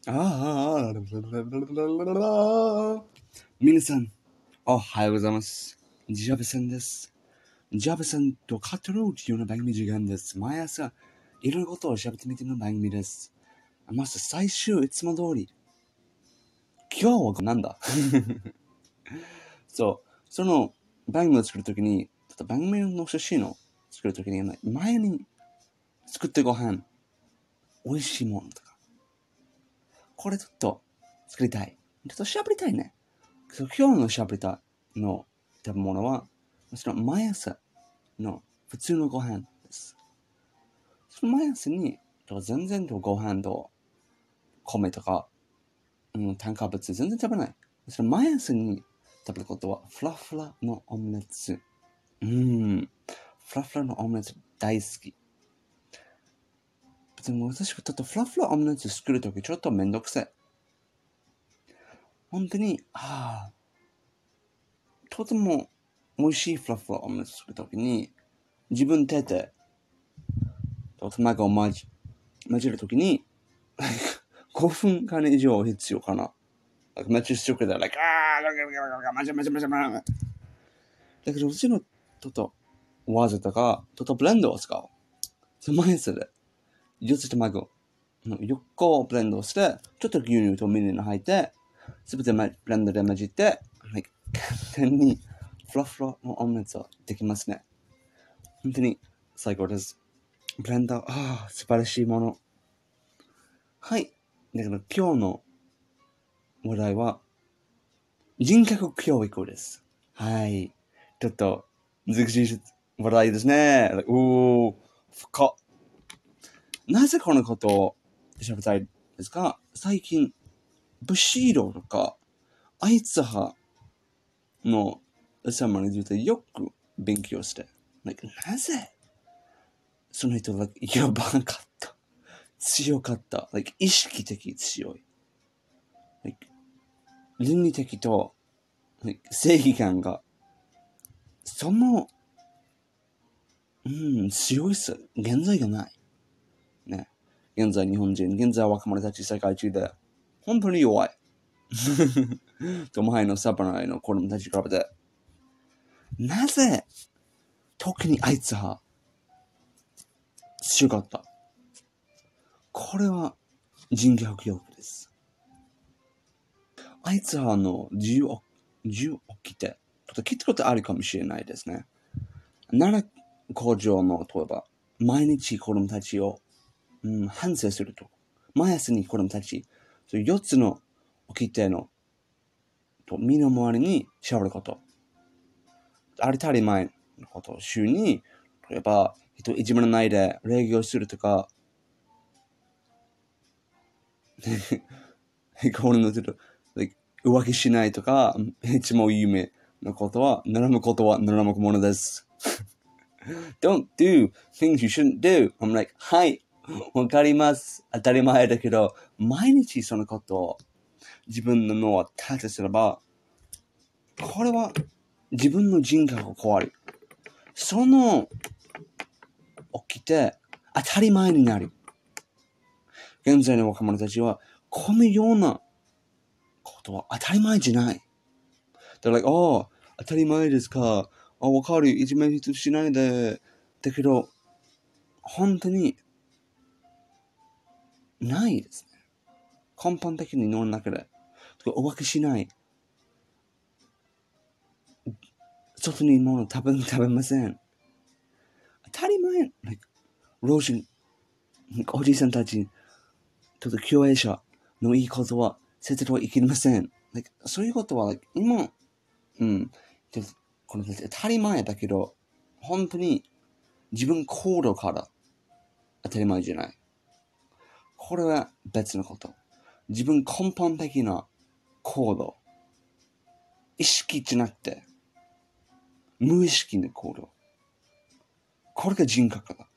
皆さん、おはようございます。ジャブさんです。ジャブさんと語ろうというような番組時間です。毎朝、いろんなことを喋ってみての番組です。まず最終、いつも通り、今日はなんだそう、その番組を作るときに、番組の写真を作るときに、前に作ってご飯、美味しいものとか、これちょっと作りたい。ちょっと喋りたいね。今日の喋りたいの食べ物は、その毎朝の普通のご飯です。その毎朝に、全然ご飯と米とか、炭化物全然食べない。その毎朝に食べることは、フラフラのオムレツ。フラフラのオムレツ大好き。でも私はちょっとフラフラオムレツ作るときちょっとめんどくさい。本当に、とても美味しいフラフラオムレツ作るときに、自分手で、卵を混ぜるときに、5分間以上必要かな。めっちゃショックだ。だけど、うちのちょっと技とか、ちょっとブレンドを使う。そのやつで、4つ卵の4個をブレンドして、ちょっと牛乳とみりんを入って、すべてブレンドで混じって、簡単にフラフラのオムレツはできますね。本当に最高です。ブレンド、素晴らしいもの。はい。だから今日の話題は、人格教育です。はい。ちょっと難しい話題ですね。深っ。なぜこのことを調べたいですか？最近、ブシーロとか、アイツ派の様についてよく勉強して、なぜその人がやばかった、強かった、意識的強い、倫理的と、正義感が、その、強いさ、現在がない。ね。現在日本人、現在若者たち世界中で、本当に弱い。と前のサバナイの子供たちに比べて。なぜ、特にあいつは、強かった。これは、人格教育です。あいつは銃を切って、ちょっと聞いたことあるかもしれないですね。奈良工場の、例えば、毎日子供たちを、反省すると。毎朝に子供たち、そう4つの掟の、身の回りにしゃべること。当たり前のことを週に、例えば、人いじめないで礼儀をするとか、これのちょっと、浮気しないとか、いつも夢のことは、習うことは習うものです。Don't do things you shouldn't do. I'm like, はい、わかります。当たり前だけど、毎日そのことを自分の脳を立てすれば、これは自分の人格を壊る。その起きて当たり前になる。現在の若者たちは、このようなことは当たり前じゃない。They're like, 当たり前ですか。わかる。いじめしないで。だけど、本当にないですね。根本的に脳の中で。浮気しない。外に物食べません。当たり前。老人、おじいさんたち、ちょっと共栄者のいいことは、説は生きません。そういうことは、今、この当たり前だけど、本当に自分行動から当たり前じゃない。これは別のこと。自分根本的な行動。意識じゃなくて、無意識な行動。これが人格だ。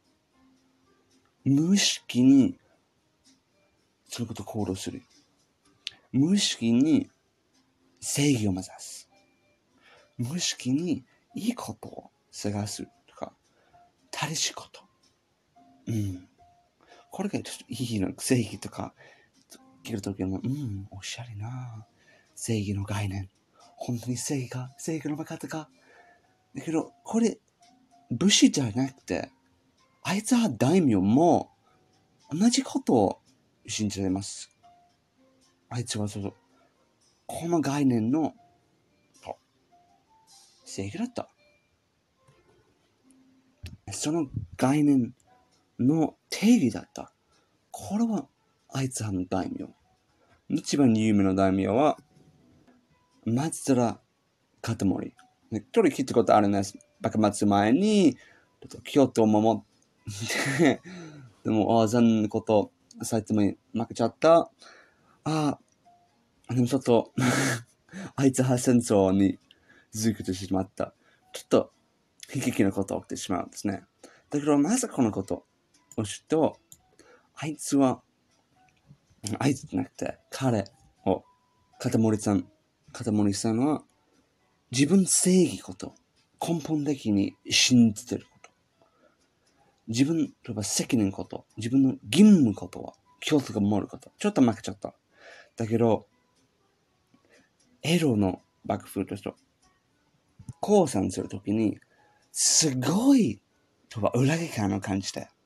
無意識に、そういうことを行動する。無意識に正義を目指す。無意識にいいことを探すとか、正しいこと。これがちょっといいの、正義とか、 聞くときも、おしゃれな。正義の概念。本当に正義か正義の分かったかだけど、これ、武士じゃなくて、あいつは大名も同じことを信じられます。あいつはこの概念の正義だった。その概念の定義だった。これはあいつはの大名。一番有名な大名は、松浦片森。一人聞いたことあるんです。幕末前に、京都を守って、でも、残念こと、埼玉に負けちゃった。でもちょっと、あいつは戦争に続けてしまった。ちょっと、悲劇なことが起きてしまうんですね。だけど、まさかこのことを知ると、あいつじゃなくて、片森さんは、自分正義こと、根本的に信じてること。自分、例えば責任こと、自分の義務ことは、京都が守ること。ちょっと負けちゃった。だけど、江戸の幕府として、降参するときに、すごい、例えば裏切り感を感じて、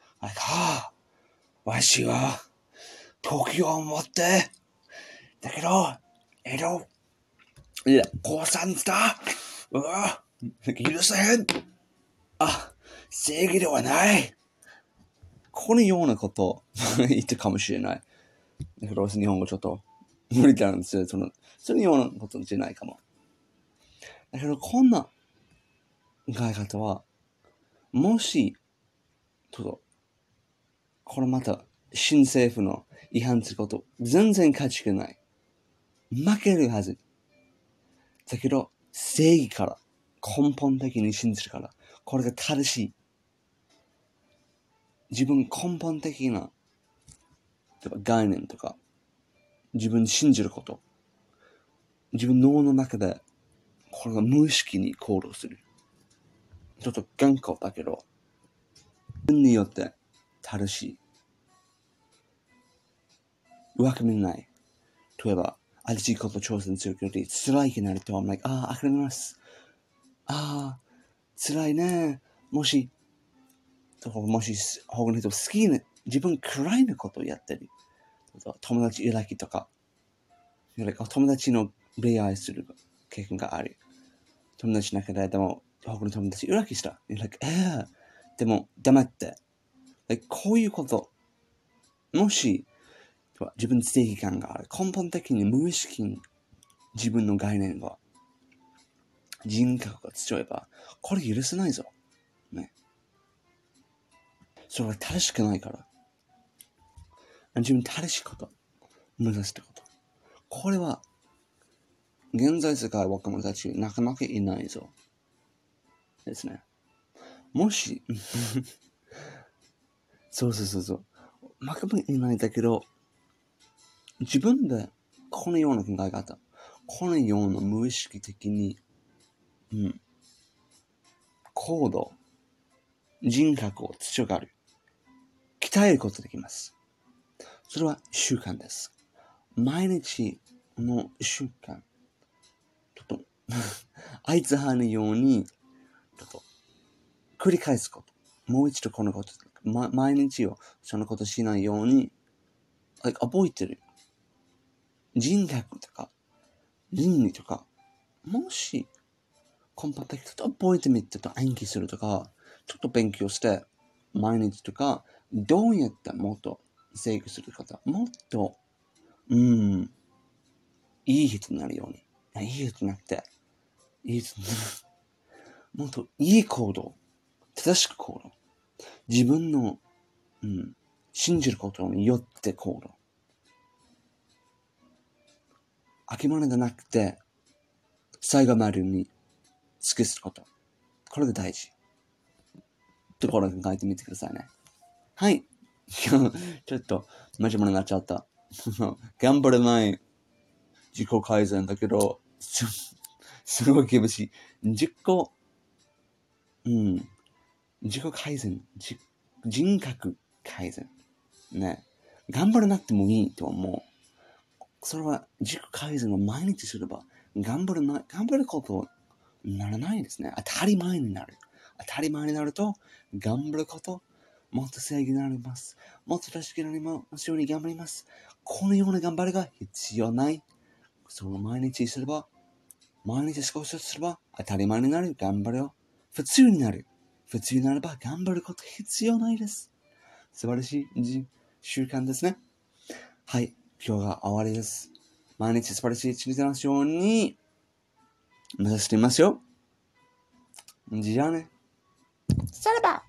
わしは、東京を持って、だけど、江戸、降参した。許せへん。正義ではない。このようなことを言ってかもしれない。だけど、日本語ちょっと無理なんですよ。そのようなことじゃないかも。だけど、こんな考え方は、もし、これまた、新政府の違反すること、全然価値がない。負けるはず。だけど、正義から、根本的に信じるから、これが正しい。自分根本的な概念とか、自分信じること、自分脳の中で、これが無意識に行動する。ちょっと頑固だけど、自分によって正しい。上組みない。例えば、新しいこと挑戦するけど、辛いになると、諦めます。辛いね。もし、他の人好きな、自分嫌いなことをやってる。友達いらきとか、友達の恋愛する経験がある。友達の中で、でも、他の友達いらきした。でも、黙って。こういうこと、もし、自分正義感がある。根本的に無意識に自分の概念が、人格が強いば、これ許せないぞ。ね。それは正しくないから。自分正しいこと、目指すってこと。これは、現在世界若者たちなかなかいないぞ。ですね。もし、そう。なかなかいないんだけど、自分でこのような考え方、このような無意識的に、行動、人格を強がる、鍛えることができます。それは習慣です。毎日の習慣、ちょっと、あいつ派のように、ちょっと、繰り返すこと。もう一度このこと、毎日をそのことしないように、覚えてる。人格とか、倫理とか、もし、根本的にちょっと覚えてみてと暗記するとか、ちょっと勉強して、毎日とか、どうやってもっと成功する方、もっと、いい人になるように。いい人じゃなくて、もっといい行動、正しく行動。自分の、信じることによって行動。諦めじゃなくて、最後までに突きすること。これが大事。ところを考えてみてくださいね。はい。ちょっと真面目になっちゃった。頑張れない自己改善だけど、すごい厳しい。自己改善、人格改善。ね。頑張らなくてもいいと思う。 それは自己改善を毎日すれば、頑張ることにならないですね。当たり前になる。当たり前になると、頑張ること、もっと正義になります。もっと確かにますように頑張ります。このような頑張りが必要ない。その毎日すれば、毎日少しずつすれば当たり前になる。頑張るよ。普通になる。普通になれば頑張ること必要ないです。素晴らしい習慣ですね。はい。今日が終わりです。毎日素晴らしい一日になるように目指していますよ。じゃあね。 さらば